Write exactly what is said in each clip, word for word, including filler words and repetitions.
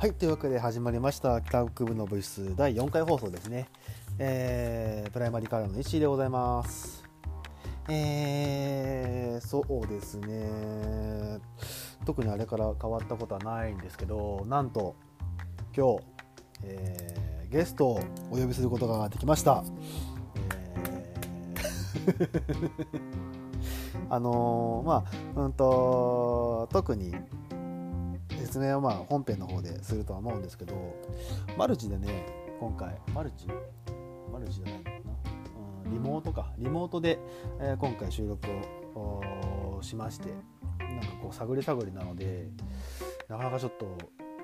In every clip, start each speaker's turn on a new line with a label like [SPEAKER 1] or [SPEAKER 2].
[SPEAKER 1] はい、というわけで始まりました帰宅部の部室だいよんかい放送ですね。えー、プライマリーカラーの石井でございます。えー、そうですね、特にあれから変わったことはないんですけど、なんと今日、えー、ゲストをお呼びすることができました。えーあのー、まあうんと特に説明はまあ本編の方でするとは思うんですけど、マルチでね、今回マルチマルチじゃないのかな、うん、リモートかリモートで、えー、今回収録をしまして、なんかこう探り探りなのでなかなかちょっと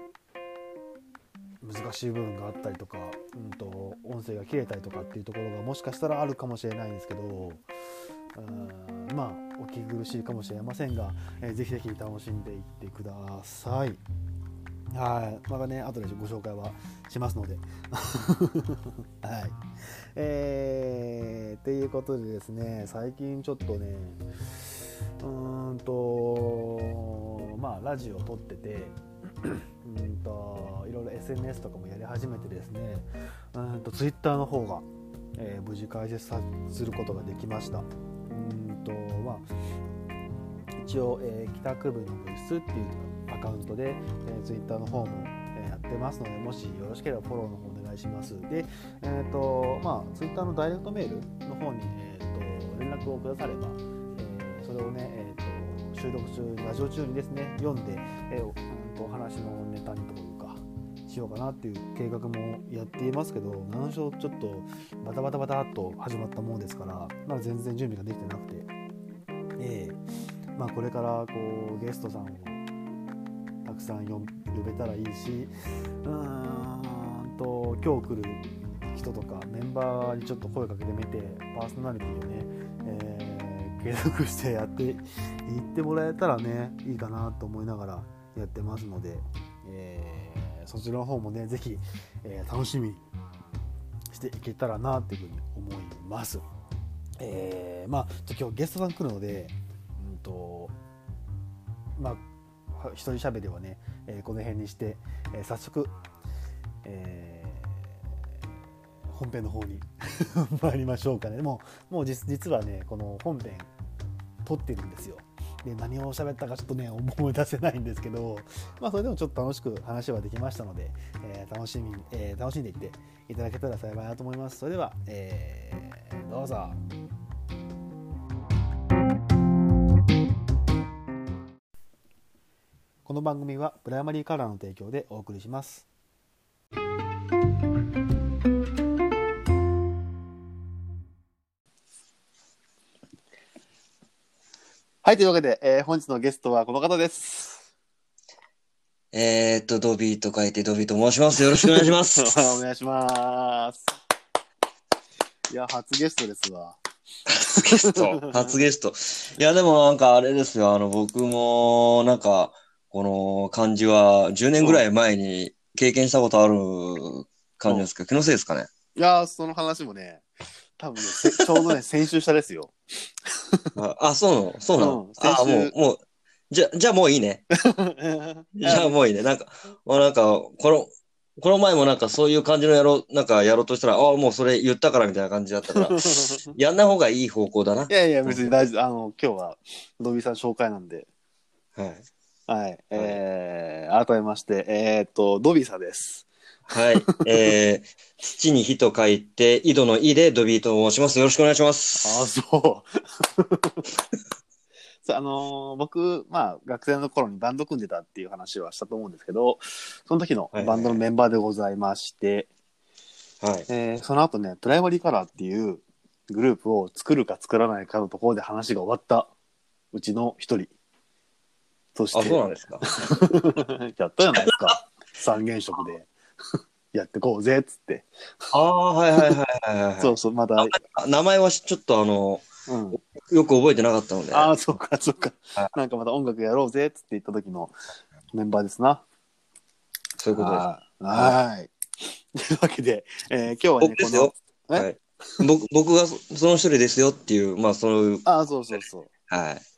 [SPEAKER 1] 難しい部分があったりとか、うんと音声が切れたりとかっていうところがもしかしたらあるかもしれないんですけど、うんまあお聞き苦しいかもしれませんが、えー、ぜひぜひ楽しんでいってください。はい、またね後でご紹介はしますのではい、えー、ということでですね、最近ちょっとねうーんとまあラジオを撮っててうんといろいろ エスエヌエス とかもやり始めてですね、うんと Twitter の方が、えー、無事開設することができました。うんとまあ一応、えー、帰宅部の部室っていうアカウントで、えー、Twitter の方も、えー、やってますので、もしよろしければフォローの方お願いします。で、えーとまあ、Twitter のダイレクトメールの方に、えー、と連絡をくだされば、えー、それをね、えー、と収録中ラジオ中にですね読んで、えー、お話のネタにというかしようかなっていう計画もやっていますけど、何しろちょっとバタバタバタっと始まったものですから、まだ全然準備ができてなくて、えーまあ、これからこうゲストさんをたくさん呼べたらいいし、うーんと今日来る人とかメンバーにちょっと声かけてみて、パーソナリティをね、えー、継続してやっていってもらえたらねいいかなと思いながらやってますので、えー、そちらの方もねぜひ、えー、楽しみにしていけたらなというふうに思います。えー、まあ今日ゲストさん来るので、うんとまあ一人喋りはね、えー、この辺にして、えー、早速、えー、本編の方に参りましょうかね。もう、もう 実, 実はねこの本編撮ってるんですよ。で何を喋ったかちょっとね思い出せないんですけど、まあそれでもちょっと楽しく話はできましたので、えー、楽しみ、えー、楽しんでいっていただけたら幸いなと思います。それでは、えー、どうぞ。この番組はプライマリーカラーの提供でお送りします。はい、というわけで、えー、本日のゲストはこの方です。
[SPEAKER 2] えーっとドビーと書いてドビーと申します。よろしくお願いします
[SPEAKER 1] お願いします。いや初ゲストですわ。
[SPEAKER 2] 初ゲスト初ゲストいやでもなんかあれですよ、あの僕もなんかこの感じはじゅうねんぐらい前に経験したことある感じですけど、気のせいですかね。
[SPEAKER 1] いやーその話もね多分ねちょうどね先週したですよ。
[SPEAKER 2] ああ、そうなのそうなの、
[SPEAKER 1] うん、先
[SPEAKER 2] あも
[SPEAKER 1] 週
[SPEAKER 2] うもうじゃじゃあもういいねじゃあもういいね。なんかもうなんかこのこの前もなんかそういう感じのやろうなんかやろうとしたら、あもうそれ言ったからみたいな感じだったからやんない方がいい方向だな。
[SPEAKER 1] いやいや別に大丈夫、あの今日はドビーさん紹介なんで、
[SPEAKER 2] はい
[SPEAKER 1] はい、えー、改めましてえー、っとドビーさんです。
[SPEAKER 2] はい。えー、土に火と書いて、井戸の井でドビーと申します。よろしくお願いしま
[SPEAKER 1] ああ、
[SPEAKER 2] す。
[SPEAKER 1] そうそうあのー僕、まあ、学生の頃にバンド組んでたっていう話はしたと思うんですけど、その時の
[SPEAKER 2] はいはいはい。
[SPEAKER 1] バンドのメンバーでございまして、
[SPEAKER 2] はい。
[SPEAKER 1] えーその後ね、プライマリーカラーっていうグループを作るか作らないかのところで話が終わったうちの一人とし
[SPEAKER 2] あ、そう
[SPEAKER 1] て、
[SPEAKER 2] なんですか。
[SPEAKER 1] やったじゃないですか。三原色でやってこうぜっつって。
[SPEAKER 2] ああ、はいはいはいはいはいはい。
[SPEAKER 1] そうそう、また、
[SPEAKER 2] あ、名前はちょっとあの、
[SPEAKER 1] うん。
[SPEAKER 2] よく覚えてなかったので。
[SPEAKER 1] ああ、そうか、そうか。
[SPEAKER 2] はい。
[SPEAKER 1] なんかまた音楽やろうぜっつって言った時のメンバーですな。
[SPEAKER 2] そういうことです。
[SPEAKER 1] はい。
[SPEAKER 2] はい。
[SPEAKER 1] はい。というわけで、えー今日はね、この、
[SPEAKER 2] 僕ですよ。
[SPEAKER 1] え
[SPEAKER 2] はい。僕、僕がそ、その一人ですよっていう、まあそういう、
[SPEAKER 1] あ、そうそうそう。
[SPEAKER 2] はい。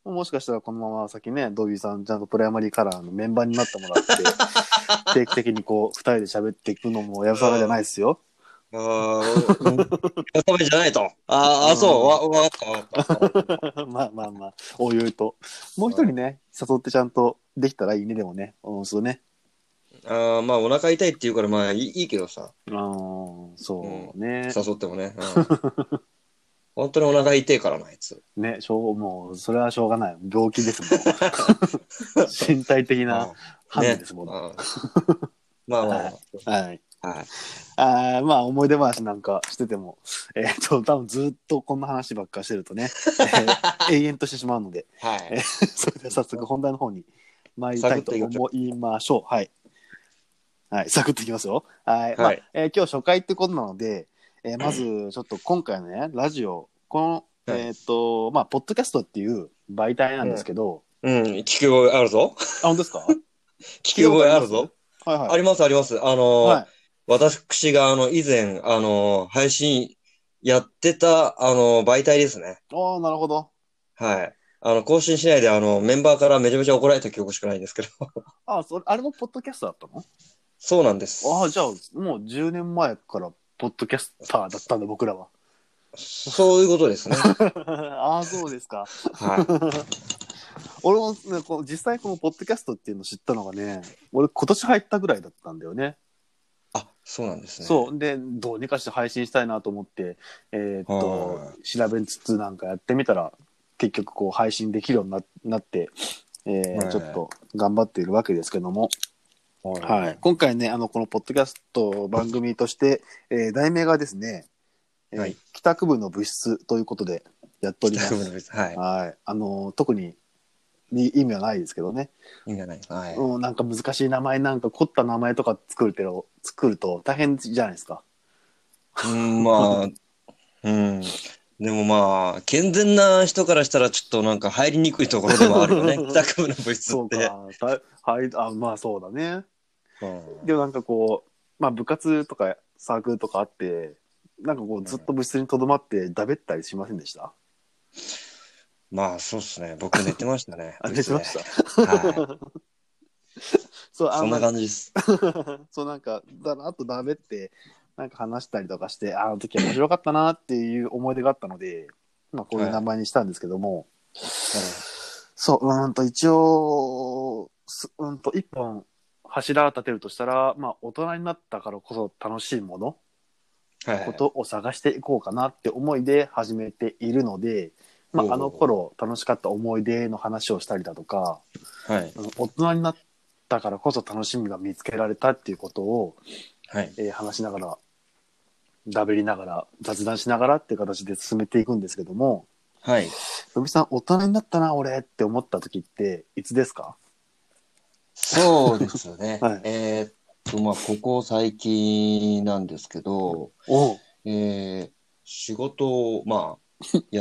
[SPEAKER 1] もしかしたらこのまま先ね、ドビーさんちゃんとプライマリーカラーのメンバーになってもらって定期的にこうふたりで喋っていくのもやぶさかじゃないですよ。
[SPEAKER 2] ああ、ダメじゃないと。ああ、そう、わ、わかったわかった。
[SPEAKER 1] まあまあまあ、おいおいと。もう一人ね、誘ってちゃんとできたらいいね、でもね。うん、そうね。
[SPEAKER 2] ああ、まあお腹痛いって言うからまあいい、いいけどさ。
[SPEAKER 1] ああ、そうね。
[SPEAKER 2] 誘ってもね。うん、本当にお腹痛いからな、あいつ。
[SPEAKER 1] ね、しょう、もう、それはしょうがない。病気ですもん。身体的な判断ですもん。ね、
[SPEAKER 2] まあまあまあ。
[SPEAKER 1] はい。はい。
[SPEAKER 2] はい、
[SPEAKER 1] あまあ思い出話なんかしてても、えっ、ー、と多分ずっとこんな話ばっかしてるとね、えー、永遠としてしまうので、
[SPEAKER 2] はい、
[SPEAKER 1] えー、それでは早速本題の方に参りたいと思いましょう。はい、はい、サクッといきますよ。はい、はい、まあ、えー、今日初回ってことなので、えー、まずちょっと今回のねラジオこの、はい、えっ、ー、とまあポッドキャストっていう媒体なんですけど、
[SPEAKER 2] うん、うん、聞き覚えあるぞ。
[SPEAKER 1] あ、本当ですか？
[SPEAKER 2] 聞き覚えあるぞ。
[SPEAKER 1] はいはい。
[SPEAKER 2] ありますあります。あのー、はい、私があの以前あのー、配信やってたあのー、媒体ですね。
[SPEAKER 1] ああ、なるほど。
[SPEAKER 2] はい。あの更新しないであのメンバーからめちゃめちゃ怒られた記憶しかないんですけど。
[SPEAKER 1] ああ、それあれもポッドキャストだったの？
[SPEAKER 2] そうなんです。
[SPEAKER 1] ああ、じゃあもうじゅうねんまえからポッドキャスターだったんだ僕らは。
[SPEAKER 2] そういうことですね。
[SPEAKER 1] ああ、そうですか。
[SPEAKER 2] はい。
[SPEAKER 1] 俺も、ね、こう実際このポッドキャストっていうのを知ったのがね、俺今年入ったぐらいだったんだよね。
[SPEAKER 2] あ、そうなんですね。
[SPEAKER 1] そうでどうにかして配信したいなと思って、えー、っと調べつつなんかやってみたら結局こう配信できるように な, なって、えー、ちょっと頑張っているわけですけども、はいはい、今回ねあのこのポッドキャスト番組として、えー、題名がですね、えーはい、帰宅部の部室ということでやっております。帰宅部の部室、はい、はい、あの特にに意味はないですけどね。
[SPEAKER 2] 意味はない。はい。
[SPEAKER 1] うん、なんか難しい名前なんか凝った名前とか作るけど作ると大変じゃないですか。
[SPEAKER 2] うん、まあ、うん。でもまあ健全な人からしたらちょっとなんか入りにくいところでもあるよね。帰宅部の部室って。
[SPEAKER 1] そうか。はい、あ、まあそうだね。うん、でもなんかこうまあ部活とかサークルとかあってなんかこうずっと部室にとどまってだべったりしませんでした？
[SPEAKER 2] まあそうっすね。僕寝てましたね。
[SPEAKER 1] 寝てました。はい。
[SPEAKER 2] そう、そんな感じです。
[SPEAKER 1] そうなんかだあとだべってなんか話したりとかしてあの時は面白かったなっていう思い出があったので、まあこういう名前にしたんですけども、はい、そううんと一応うんと一本柱立てるとしたら、まあ大人になったからこそ楽しいもの、はいはい、ことを探していこうかなって思いで始めているので。まあ、あの頃楽しかった思い出の話をしたりだとか、はい、大人になったからこそ楽しみが見つけられたっていうことを、はいえー、話しながらだべりながら雑談しながらっていう形で進めていくんですけども、はい、野木さん大人になったな俺って思った時っていつですか？
[SPEAKER 2] そうですよね、はい、えー、っとまあここ最近なんですけど、おえー、仕事をまあやって、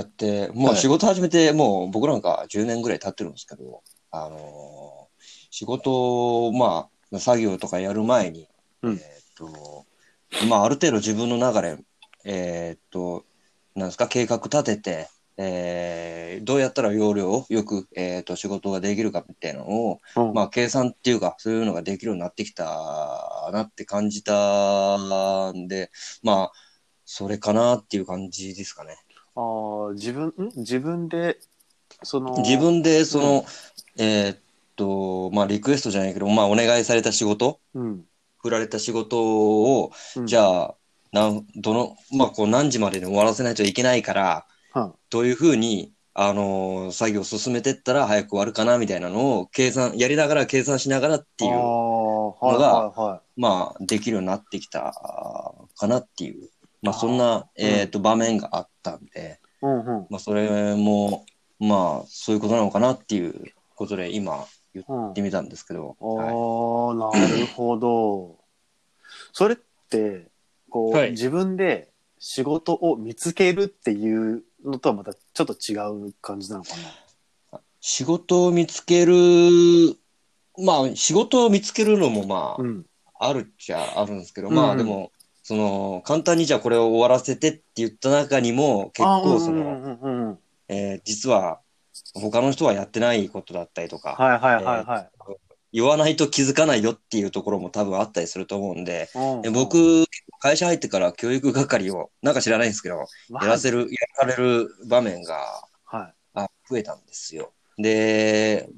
[SPEAKER 2] もう仕事始めて、もう僕なんかじゅうねんぐらい経ってるんですけど、あのー、仕事、まあ、作業とかやる前に、うん、えー、っと、まあ、ある程度自分の流れ、えー、っと、なんですか、計画立てて、えー、どうやったら要領よく、えー、っと仕事ができるかみたいなのを、うん、まあ、計算っていうか、そういうのができるようになってきたなって感じたんで、まあ、それかなっていう感じですかね。
[SPEAKER 1] あ自分ん自分でその
[SPEAKER 2] 自分でその、うん、えー、っとまあリクエストじゃないけど、まあ、お願いされた仕事、うん、振られた仕事を、うん、じゃあなんどの、まあ、こう何時までに終わらせないといけないから、うん、どういうふうに、あのー、作業を進めてったら早く終わるかなみたいなのを計算やりながら計算しながらっていうのが、はいはいはい、まあ、できるようになってきたかなっていう、まあ、そんな、えー、っと場面があったんで、うんうんまあ、それもまあそういうことなのかなっていうことで今言ってみたんですけど、
[SPEAKER 1] うんはい、ああなるほどそれってこう、はい、自分で仕事を見つけるっていうのとはまたちょっと違う感じなのかな。
[SPEAKER 2] 仕事を見つけるまあ仕事を見つけるのもまあ、うん、あるっちゃあるんですけど、うんうん、まあでもその簡単にじゃあこれを終わらせてって言った中にも結構その、うんうんうんうんえー、実は他の人はやってないことだったりとか、
[SPEAKER 1] はいはいはいはい。
[SPEAKER 2] えー言わないと気づかないよっていうところも多分あったりすると思うんで、
[SPEAKER 1] うんうん。
[SPEAKER 2] 僕、会社入ってから教育係を、なんか知らないんですけど、やら
[SPEAKER 1] マジ。
[SPEAKER 2] せる、やられる場面が
[SPEAKER 1] は
[SPEAKER 2] あ増えたんですよ。で、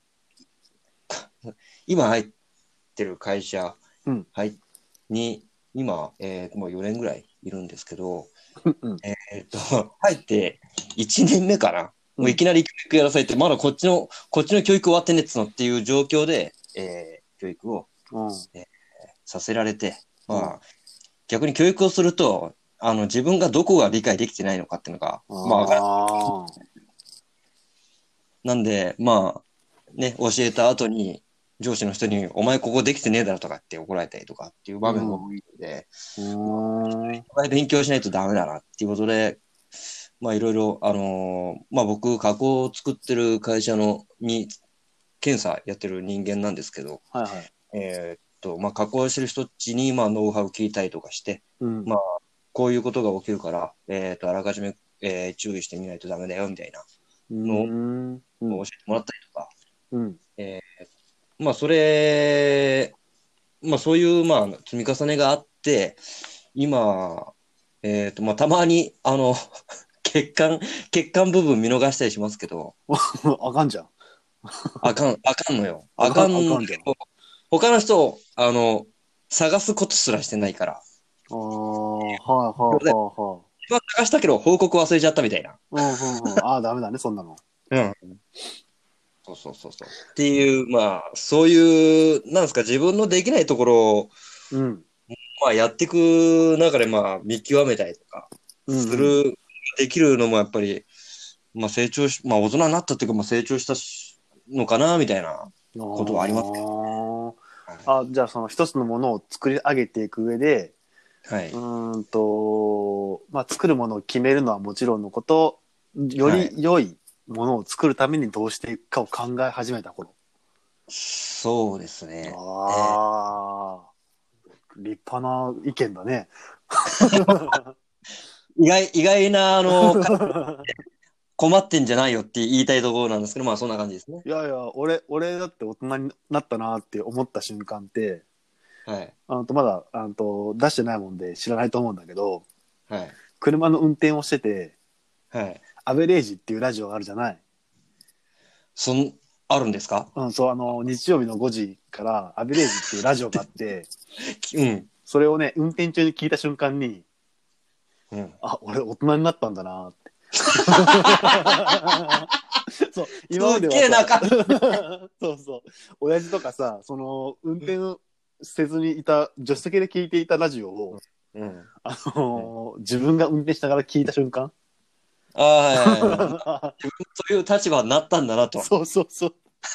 [SPEAKER 2] 今入ってる会社
[SPEAKER 1] い。うん。
[SPEAKER 2] はいに、今、えーもうよねんぐらいいるんですけど、
[SPEAKER 1] うん。
[SPEAKER 2] えーっと、入っていちねんめかな。
[SPEAKER 1] うん。
[SPEAKER 2] もういきなり教育やらされて、まだこっちの、こっちの教育終わってねっつのっていう状況で、えー教育を、
[SPEAKER 1] うん。
[SPEAKER 2] えーさせられて、
[SPEAKER 1] うん。
[SPEAKER 2] まあ、逆に教育をすると、あの、自分がどこが理解できてないのかっていうのが、まあ、わからない。
[SPEAKER 1] ああ。
[SPEAKER 2] なんで、まあ、ね、教えた後に、上司の人に、お前ここできてねえだろとかって怒られたりとかっていう場面が多いので、
[SPEAKER 1] うん。うーん。
[SPEAKER 2] いっぱい勉強しないとダメだなっていうことで、まあいろいろ、あのーまあ僕、加工を作ってる会社のに検査やってる人間なんですけど、
[SPEAKER 1] はいはい。
[SPEAKER 2] えーっと、まあ加工してる人たちに、まあノウハウ聞いたりとかして、
[SPEAKER 1] うん。
[SPEAKER 2] まあこういうことが起きるから、えーっと、あらかじめ、えー注意してみないとダメだよみたいな
[SPEAKER 1] うー
[SPEAKER 2] のを
[SPEAKER 1] ん。うん。
[SPEAKER 2] 教えてもらったりとか、
[SPEAKER 1] うん。
[SPEAKER 2] えーまあそれ、まあそういう、まあ積み重ねがあって、今、えーっと、まあたまに、あの、血管、血管部分見逃したりしますけど、
[SPEAKER 1] あかんじゃん。
[SPEAKER 2] あかん、あかんのよ。
[SPEAKER 1] あかん、
[SPEAKER 2] あかんの
[SPEAKER 1] あかんじゃん。
[SPEAKER 2] よ。他の人を、あの、探すことすらしてないから。
[SPEAKER 1] ああ、はいはい
[SPEAKER 2] で、
[SPEAKER 1] はいはい。
[SPEAKER 2] 自分は探したけど報告忘れちゃったみたいな。
[SPEAKER 1] うんうんうん。ああ、ダメだね、そんなの。
[SPEAKER 2] うん。そうそうそうそう。っていう、まあ、そういう、なんですか、自分のできないところを、
[SPEAKER 1] うん。
[SPEAKER 2] まあ、やっていく中で、まあ、見極めたりとか、
[SPEAKER 1] うんうん。
[SPEAKER 2] する、できるのもやっぱり、まあ、成長し、まあ、大人になったっていうか、まあ、成長したしのかな、みたいなことはありますけど。はい。
[SPEAKER 1] ああ、じゃあその一つのものを作り上げていく上で、う
[SPEAKER 2] はい。
[SPEAKER 1] ーんと、まあ、作るものを決めるのはもちろんのこと、より
[SPEAKER 2] はい。
[SPEAKER 1] 良いものを作るためにどうしていくかを考え始めた頃。
[SPEAKER 2] そうですね。え
[SPEAKER 1] ああ、立派な意見だね。
[SPEAKER 2] ー意外、意外な、あの、困ってんじゃないよって言いたいところなんですけど、まあそんな感じですね。
[SPEAKER 1] いやいや、俺、俺だって大人になったなって思った瞬間って、
[SPEAKER 2] はい。
[SPEAKER 1] あのとまだあのと出してないもんで知らないと思うんだけど、
[SPEAKER 2] はい。
[SPEAKER 1] 車の運転をしてて、
[SPEAKER 2] はい。
[SPEAKER 1] アベレージっていうラジオがあるじゃない。
[SPEAKER 2] そん、あるんですか？
[SPEAKER 1] うん、そう、あの、日曜日のごじからアベレージっていうラジオがあって、
[SPEAKER 2] うん。
[SPEAKER 1] それをね、運転中に聞いた瞬間に、
[SPEAKER 2] うん。
[SPEAKER 1] あ、俺大人になったんだなって。そう、
[SPEAKER 2] す
[SPEAKER 1] 今まではさ、
[SPEAKER 2] っげえ中身。
[SPEAKER 1] そうそう、親父とかさ、その、運転せずにいた、助手席で聞いていたラジオを、
[SPEAKER 2] うん。
[SPEAKER 1] あ
[SPEAKER 2] うん。
[SPEAKER 1] のー自分が運転しながら聞いた瞬間。
[SPEAKER 2] ああ、はいはいはい。まあ、自分そういう立場になったんだなと。
[SPEAKER 1] そうそうそう。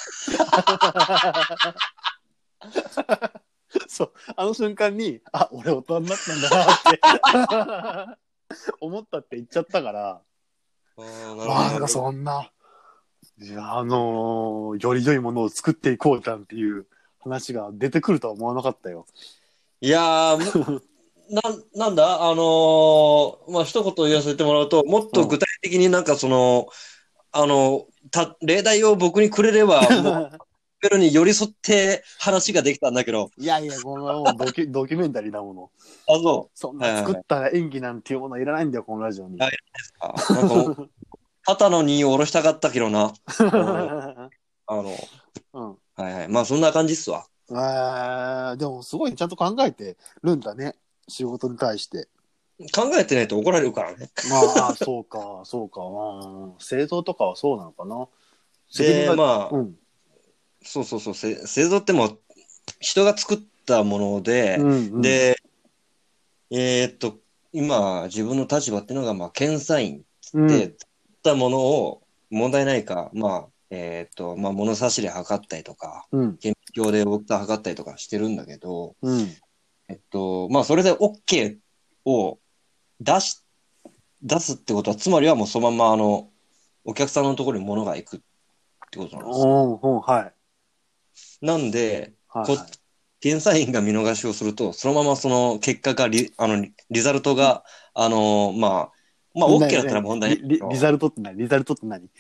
[SPEAKER 1] そう、あの瞬間に、あ、俺大人になったんだなって思ったって言っちゃったから、
[SPEAKER 2] ああ、なるほど、
[SPEAKER 1] まあなんか
[SPEAKER 2] なるほど。
[SPEAKER 1] そんな、いやあのーより良いものを作っていこうなんていう話が出てくるとは思わなかったよ。
[SPEAKER 2] いやー、もな、なんだ、あのーまあ、一言言わせてもらうと、もっ
[SPEAKER 1] うん。
[SPEAKER 2] と具体的になんかその、あの、た、例題を僕にくれれば、もう、ベロに寄り添って話ができたんだけど、
[SPEAKER 1] いやいや、こんなもんドキュ、ドキュメンタリーなもの。
[SPEAKER 2] あ、そ
[SPEAKER 1] そん
[SPEAKER 2] う。はいはいはい。
[SPEAKER 1] な作った演技なんていうものはいらないんだよ、このラジオに。
[SPEAKER 2] はいですか。なんかもう、肩の荷を下ろしたかったけどな。うん、あの、
[SPEAKER 1] うん。
[SPEAKER 2] はいはい。まあ、そんな感じっすわ。
[SPEAKER 1] えー、でもすごいちゃんと考えてるんだね。仕事に対して。
[SPEAKER 2] 考えてないと怒られるからね。
[SPEAKER 1] まあ、そうか、そうか。うん、製造とかはそうなのかな。責任
[SPEAKER 2] で、
[SPEAKER 1] が、
[SPEAKER 2] まあ、
[SPEAKER 1] うん。
[SPEAKER 2] そうそうそう、せ製造ってもう人が作ったもので、
[SPEAKER 1] うんうん。
[SPEAKER 2] で、えーっと、今、自分の立場っていうのが、まあ、検査員
[SPEAKER 1] うん。
[SPEAKER 2] で作ったものを問題ないか、まあ、えーっと、まあ、物差しで測ったりとか、
[SPEAKER 1] うん。
[SPEAKER 2] 顕微鏡で大きさ測ったりとかしてるんだけど、
[SPEAKER 1] うん。
[SPEAKER 2] えっと、まあ、それで OK を出し、出すってことは、つまりはもうそのまま、あの、お客さんのところに物が行くってことなんですよ。
[SPEAKER 1] おー、はい。
[SPEAKER 2] なんで、こ、
[SPEAKER 1] はいはい。
[SPEAKER 2] 検査員が見逃しをすると、そのままその結果がリ、あの、リリザルトが、あの、まあ、まあ、
[SPEAKER 1] な
[SPEAKER 2] OK
[SPEAKER 1] になに
[SPEAKER 2] だったら問題ない
[SPEAKER 1] リ、リ、リ
[SPEAKER 2] けど、
[SPEAKER 1] ザルトって何リザルトって何？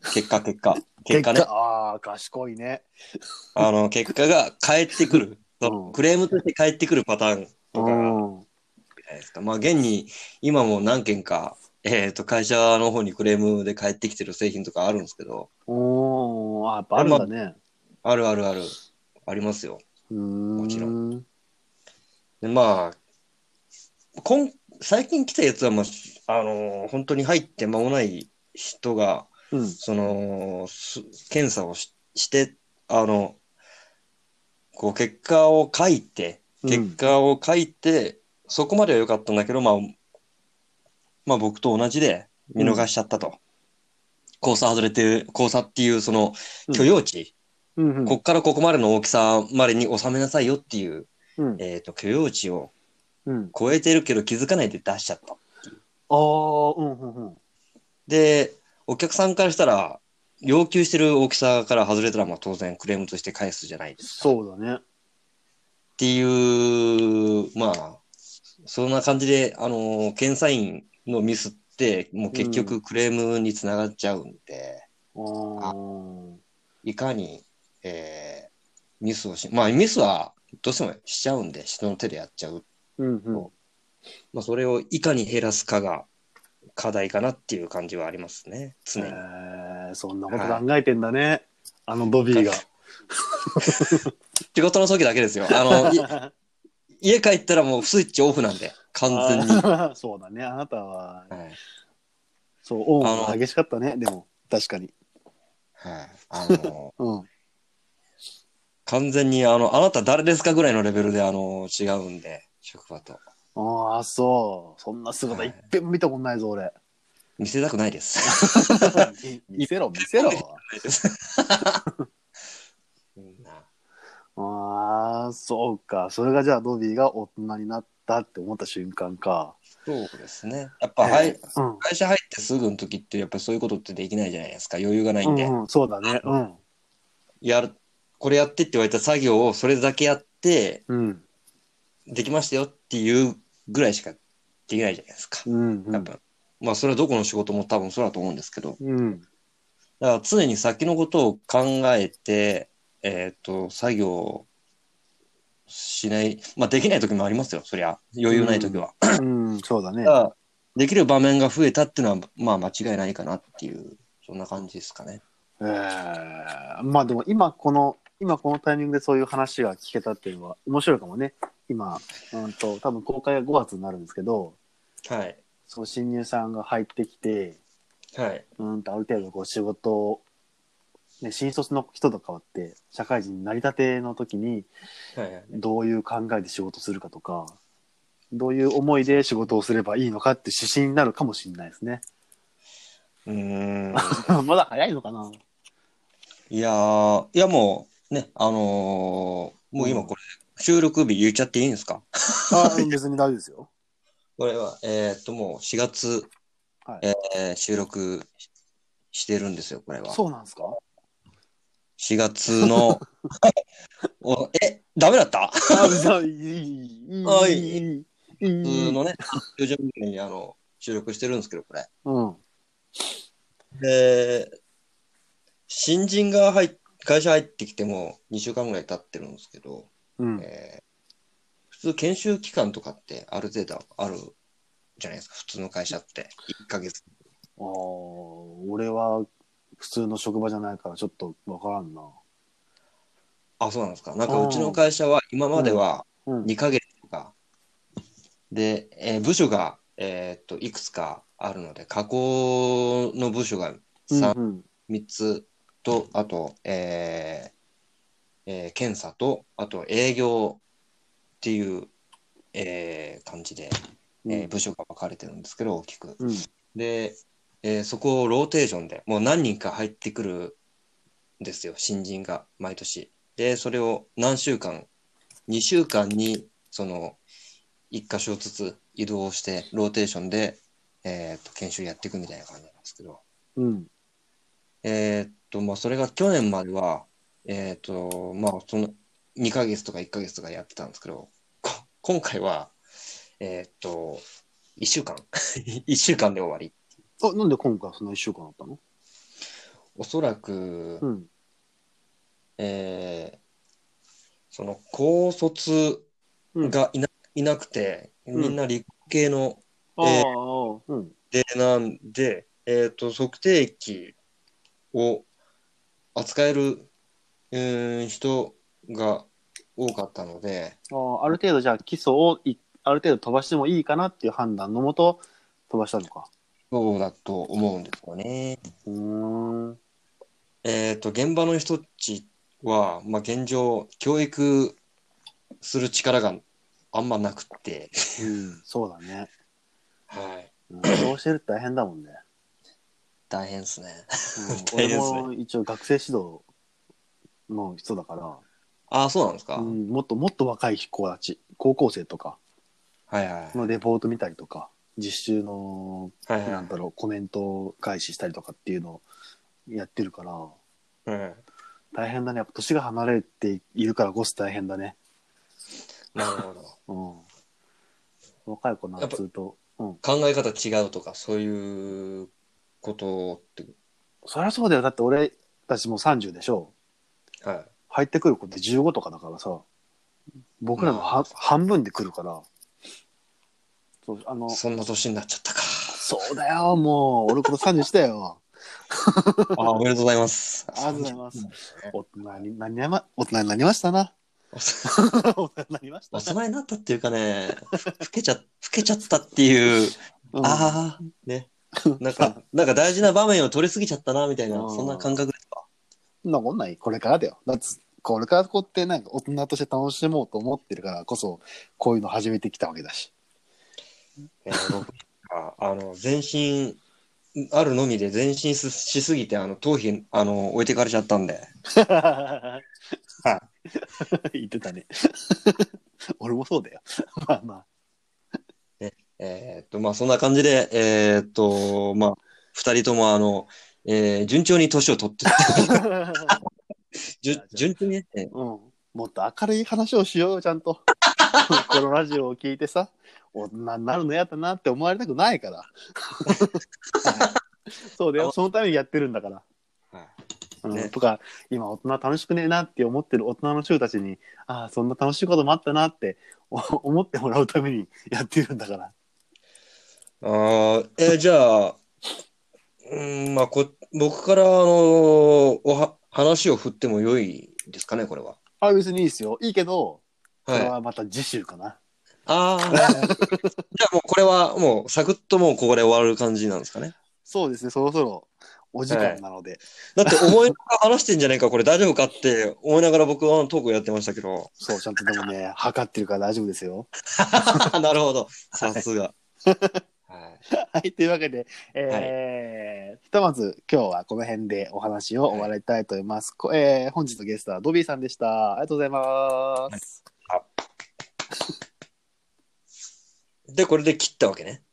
[SPEAKER 2] 結果、結果。結
[SPEAKER 1] 結果
[SPEAKER 2] 果ね。
[SPEAKER 1] ああ、賢いね。
[SPEAKER 2] あの、結果が返ってくる。その
[SPEAKER 1] うん
[SPEAKER 2] クレームとして返ってくるパターンとかが、
[SPEAKER 1] うん
[SPEAKER 2] じゃないですか。まあ、現に、今も何件か、えっと、会社の方にクレームで返ってきてる製品とかあるんですけど、
[SPEAKER 1] おー、あ、やっぱあ
[SPEAKER 2] え、ま
[SPEAKER 1] るんだね。
[SPEAKER 2] あ、あるあるある。ありますよ。
[SPEAKER 1] うー
[SPEAKER 2] もちろん。
[SPEAKER 1] ん。
[SPEAKER 2] で、まあ、今、最近来たやつは、まあ、あのー本当に入って間もない人が、
[SPEAKER 1] うん。
[SPEAKER 2] その、す検査をし、して、あの、こう、結果を書いて、結
[SPEAKER 1] うん。
[SPEAKER 2] 果を書いて、そこまでは良かったんだけど、まあ、まあ、僕と同じで見逃
[SPEAKER 1] うん。
[SPEAKER 2] しちゃったと。交差外れてる、交差っていう、その、
[SPEAKER 1] うん。
[SPEAKER 2] 許容値、
[SPEAKER 1] うん。うん。
[SPEAKER 2] こっからここまでの大きさまでに収めなさいよっていう、
[SPEAKER 1] うん。
[SPEAKER 2] えっと、許容値を
[SPEAKER 1] うん。
[SPEAKER 2] 超えてるけど気づかないで出しちゃったっていう。
[SPEAKER 1] ああ、うん。うん。うん。
[SPEAKER 2] で、お客さんからしたら、要求してる大きさから外れたら、まあ当然クレームとして返すじゃないですか。っ
[SPEAKER 1] そうだね。
[SPEAKER 2] ていう、まあ、そんな感じで、あの、検査員のミスって、もう結
[SPEAKER 1] うん。
[SPEAKER 2] 局クレームにつながっちゃうんで、
[SPEAKER 1] ああ。
[SPEAKER 2] いかに、えーミスをし、まあミスはどうしてもしちゃうんで、人の手でやっちゃう
[SPEAKER 1] うん。うん。
[SPEAKER 2] と、まあそれをいかに減らすかが課題かなっていう感じはありますね、常に。
[SPEAKER 1] えー、そんなこと
[SPEAKER 2] はい。
[SPEAKER 1] 考えてんだね。あのドビーが。
[SPEAKER 2] 仕事の時だけですよ。あの、い家帰ったらもうスイッチオフなんで、完全に。
[SPEAKER 1] あーそうだね。あなたは、
[SPEAKER 2] はい。
[SPEAKER 1] そう、オンオ
[SPEAKER 2] あの、
[SPEAKER 1] フが激しかったね。でも、確かに。
[SPEAKER 2] はい。あの、
[SPEAKER 1] うん。
[SPEAKER 2] 完全に、あの、あなた誰ですかぐらいのレベルで、あの、違うんで、職場と。
[SPEAKER 1] ああ、そう。そんな姿いっ
[SPEAKER 2] はい。
[SPEAKER 1] ぺんも見たことないぞ、俺。
[SPEAKER 2] 見せたくないです。
[SPEAKER 1] み見
[SPEAKER 2] 一
[SPEAKER 1] せろ、見せ
[SPEAKER 2] 回も見せた
[SPEAKER 1] ろ。
[SPEAKER 2] くないです。うんな
[SPEAKER 1] ああ、そうか。それがじゃあ、ドビーが大人になったって思った瞬間か。
[SPEAKER 2] そうですね。やっぱ、はい、
[SPEAKER 1] へえ、うん。
[SPEAKER 2] 会社入ってすぐの時って、やっぱりそういうことってできないじゃないですか。余裕がないんで。
[SPEAKER 1] うん、うん、そうだね。うん。
[SPEAKER 2] やる、これやってって言われた作業をそれだけやって、
[SPEAKER 1] うん。
[SPEAKER 2] できましたよっていうぐらいしかできないじゃないですか。
[SPEAKER 1] うん、うん。
[SPEAKER 2] 多分。まあ、それはどこの仕事も多分そうだと思うんですけど。
[SPEAKER 1] うん。
[SPEAKER 2] だから常に先のことを考えて、えっと、作業しない、まあ、できない時もありますよ。そりゃ、余裕ない時は。
[SPEAKER 1] うん、うん、そうだね。
[SPEAKER 2] だからできる場面が増えたっていうのは、まあ、間違いないかなっていう、そんな感じですかね。
[SPEAKER 1] ええまあでも今この、今このタイミングでそういう話が聞けたっていうのは面白いかもね。今、うんと、多分公開がごがつになるんですけど、
[SPEAKER 2] はい。
[SPEAKER 1] その新入さんが入ってきて、
[SPEAKER 2] はい。
[SPEAKER 1] うんとある程度こう仕事を、ね、新卒の人と変わって社会人になりたての時に
[SPEAKER 2] はいはい。
[SPEAKER 1] どういう考えで仕事するかとか、どういう思いで仕事をすればいいのかって指針になるかもしれないですね。
[SPEAKER 2] うーん。
[SPEAKER 1] まだ早いのかな。
[SPEAKER 2] いやー、いやもう、ね、あのーも
[SPEAKER 1] うん。
[SPEAKER 2] う今これ、収録日言っちゃっていいんですか？
[SPEAKER 1] あ、別に大丈夫ですよ。
[SPEAKER 2] これは、えーっと、もうしがつ、
[SPEAKER 1] はい。
[SPEAKER 2] えー収録ししてるんですよ、これは。
[SPEAKER 1] そうなんですか？
[SPEAKER 2] しがつの、お、え、ダメだった？
[SPEAKER 1] あ、別に、いい、い
[SPEAKER 2] あ、いい、
[SPEAKER 1] い、いい、いい。
[SPEAKER 2] 普通のね、中旬ぐらいにあの収録してるんですけど、これ。
[SPEAKER 1] うん。
[SPEAKER 2] で、新人が入っ会社入ってきてもにしゅうかんぐらい経ってるんですけど、
[SPEAKER 1] うん。
[SPEAKER 2] えー普通研修期間とかってある程度あるじゃないですか、普通の会社って。いっかげつ。
[SPEAKER 1] ああ、俺は普通の職場じゃないからちょっとわからんな。
[SPEAKER 2] あ、そうなんですか。なんかうちの
[SPEAKER 1] あ
[SPEAKER 2] 会社は今
[SPEAKER 1] あ、うん、
[SPEAKER 2] までは
[SPEAKER 1] うん、
[SPEAKER 2] にかげつとかで、えー部署が、えーっといくつかあるので、加工の部署が
[SPEAKER 1] うん、
[SPEAKER 2] さん、
[SPEAKER 1] うん、
[SPEAKER 2] みっつと、あと、えーえー検査と、あと営業っていう、えー感じで、えー
[SPEAKER 1] うん、
[SPEAKER 2] 部署が分かれてるんですけど、大きく。
[SPEAKER 1] うん、
[SPEAKER 2] で、えーそこをローテーションでもう何人か入ってくるんですよ、新人が毎年。で、それを何週間、にしゅうかんにそのいっ箇所ずつ移動して、ローテーションで、えーっと研修やっていくみたいな感じなんですけど、
[SPEAKER 1] うん、
[SPEAKER 2] えーっと、まあ、それが去年までは、えーっと、まあ、そのにかげつとかいっかげつとかやってたんですけど、こ今回は、えーっと、いっしゅうかんいっしゅうかんで終わり。
[SPEAKER 1] あ、なんで今回その一週間だったの？
[SPEAKER 2] おそらく、
[SPEAKER 1] うん。
[SPEAKER 2] えーその高卒
[SPEAKER 1] うん。
[SPEAKER 2] がいな、いなくて、
[SPEAKER 1] うん。
[SPEAKER 2] みんな理工系の、
[SPEAKER 1] あ
[SPEAKER 2] えー
[SPEAKER 1] あ、うん。
[SPEAKER 2] でなんで、えっと、測定器を扱える、うーん人が多かったので、
[SPEAKER 1] ああ、ある程度じゃあ基礎をい、ある程度飛ばしてもいいかなっていう判断のもと飛ばしたのか。
[SPEAKER 2] そうだと思うんですよね。
[SPEAKER 1] うーん。
[SPEAKER 2] えっと、現場の人たちは、まあ、現状、教育する力があんまなくって、
[SPEAKER 1] うん、そうだね。
[SPEAKER 2] はい。
[SPEAKER 1] うん、教えるって大変だもんね。
[SPEAKER 2] 大変ですね。
[SPEAKER 1] うん、俺
[SPEAKER 2] 大変ですね。
[SPEAKER 1] も一応学生指導の人だから、
[SPEAKER 2] ああ、そうなんですか。
[SPEAKER 1] うん、もっともっと若い子たち、高校生とか
[SPEAKER 2] はいはい。
[SPEAKER 1] のレポート見たりとか、実習の、
[SPEAKER 2] はいはい。
[SPEAKER 1] なんだろう、コメントを開始したりとかっていうのをやってるから、
[SPEAKER 2] うん、
[SPEAKER 1] 大変だね。やっぱ年が離れているからこそ大変だね。
[SPEAKER 2] なるほど。
[SPEAKER 1] うん。若い子な
[SPEAKER 2] やっぱ
[SPEAKER 1] らずっと、うん。
[SPEAKER 2] 考え方違うとか、そういうことって、
[SPEAKER 1] そりゃそうだよ。だって俺たちもさんじゅうでしょ。
[SPEAKER 2] は
[SPEAKER 1] 入ってくる子ってじゅうごとかだからさ、
[SPEAKER 2] い。
[SPEAKER 1] 僕らの
[SPEAKER 2] まあ、
[SPEAKER 1] は半分で来るから、そう、あの、
[SPEAKER 2] そんな年になっちゃったか。
[SPEAKER 1] そうだよ、もう、俺このさんじゅういちだよ。
[SPEAKER 2] ああ、おめでとうございます。
[SPEAKER 1] ありがとうございます。
[SPEAKER 2] さんじゅうなんですね。
[SPEAKER 1] 大人になりま、大人になりましたな。大人になりましたな。
[SPEAKER 2] 大人になったっていうかね、ふ老けちゃ、老けちゃったっていう、
[SPEAKER 1] うん。
[SPEAKER 2] ああ、ね。なんか、なんか大事な場面を取り過ぎちゃったな、みたいな、そんな
[SPEAKER 1] うん。
[SPEAKER 2] 感覚ですか。
[SPEAKER 1] そんなこんない、これからだよ。だって、これからこうやってなんか大人として楽しもうと思ってるからこそ、こういうの始めてきたわけだし。
[SPEAKER 2] えー僕あ、あの、全身、あるのみで前進ししすぎて、あの、頭皮、あの、置いてかれちゃったんで。はい。
[SPEAKER 1] 言ってたね。俺もそうだよ。まあま
[SPEAKER 2] ねえーっと、まあ、そんな感じで、えーっと、まあ、二人とも、あの、えー順調に年を取ってって、
[SPEAKER 1] あ。
[SPEAKER 2] じゅ
[SPEAKER 1] じゃあじゃあ、
[SPEAKER 2] 順調にね、え
[SPEAKER 1] うん。もっと明るい話をしようよ、ちゃんと。このラジオを聞いてさ、大人になるの嫌だなって思われたくないから。そうだよ。
[SPEAKER 2] あ
[SPEAKER 1] そのためにやってるんだから。
[SPEAKER 2] は
[SPEAKER 1] うん、
[SPEAKER 2] いね、
[SPEAKER 1] とか、今大人楽しくねえなって思ってる大人の人たちに、ああ、そんな楽しいこともあったなってお思ってもらうためにやってるんだから。
[SPEAKER 2] あーえーじゃあ、うーん、まあ、こ、僕から、あのおは、話を振っても良いですかね、これは。
[SPEAKER 1] あ、別にいいですよ。いいけど、そ
[SPEAKER 2] はい。
[SPEAKER 1] れはまた次週かな。
[SPEAKER 2] ああ、はいはい。じゃあもうこれはもうサクッともうここで終わる感じなんですかね。
[SPEAKER 1] そうですね、そろそろお時
[SPEAKER 2] はい。
[SPEAKER 1] 間なので。
[SPEAKER 2] だって思いながら話してんじゃないか、これ大丈夫かって思いながら僕はトークをやってましたけど。
[SPEAKER 1] そう、ちゃんとでもね、測ってるから大丈夫ですよ。
[SPEAKER 2] なるほど。
[SPEAKER 1] はい。
[SPEAKER 2] さすが。はい。
[SPEAKER 1] はい、というわけで、
[SPEAKER 2] はい。
[SPEAKER 1] えー、ひとまず今日はこの辺でお話を終
[SPEAKER 2] はい。
[SPEAKER 1] わりたいと思います。こえー、本日のゲストはドビーさんでした。ありがとうございま
[SPEAKER 2] はい
[SPEAKER 1] す。
[SPEAKER 2] あで、これで切ったわけね。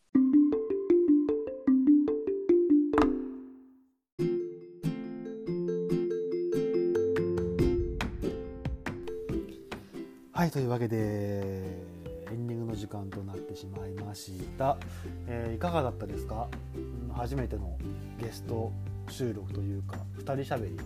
[SPEAKER 1] はい、というわけで、エンディングの時間となってしまいました。えーいかがだったですか？うん初めてのゲスト収録というか、ふたりしゃべり。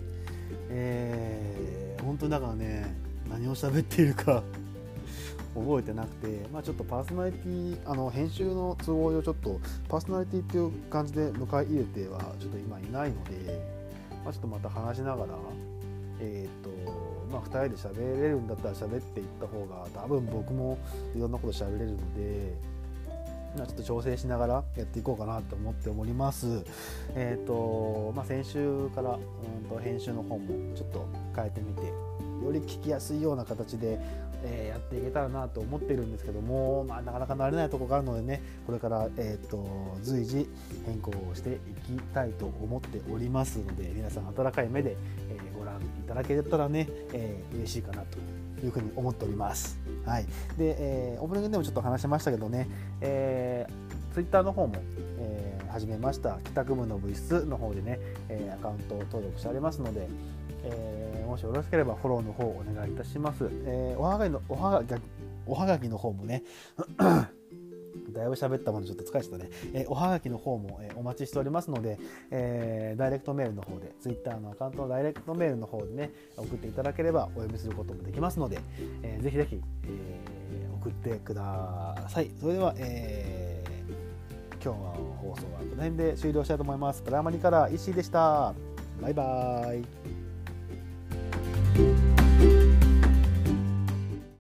[SPEAKER 1] えー、本当にだからね、何を喋っているか覚えてなくて、まあ、ちょっとパーソナリティあの編集の都合上ちょっとパーソナリティっていう感じで迎え入れてはちょっと今いないので、まあ、ちょっとまた話しながら、えーとまあ、ふたりで喋れるんだったら喋っていった方が多分僕もいろんなこと喋れるので、まあ、ちょっと調整しながらやっていこうかなと思っております。えーとまあ、先週からうんと編集の方もちょっと変えてみて、より聞きやすいような形で、えーやっていけたらなと思ってるんですけども、まあ、なかなか慣れないところがあるのでね、これから、えーと随時変更をしていきたいと思っておりますので、皆さん温かい目で、えーご覧いただけたらね、えー嬉しいかなというふうに思っております。はい。で、えーオープニングでもちょっと話しましたけどね、えー、ツイッターの方も、えー始めました帰宅部の部室の方でね、えーアカウントを登録してありますので、えーもしよろしければフォローの方お願いいたします。えーおはがきのおはがきおはがきの方もねだいぶ喋ったものでちょっと疲れちゃったね、えー、おはがきの方も、えー、お待ちしておりますので、えー、ダイレクトメールの方で Twitter のアカウントのダイレクトメールの方でね送っていただければお読みすることもできますので、えー、ぜひぜひ、えー、送ってください。それでは、えー、今日の放送はこの辺で終了したいと思います。プラマニから石井でした。バイバーイ。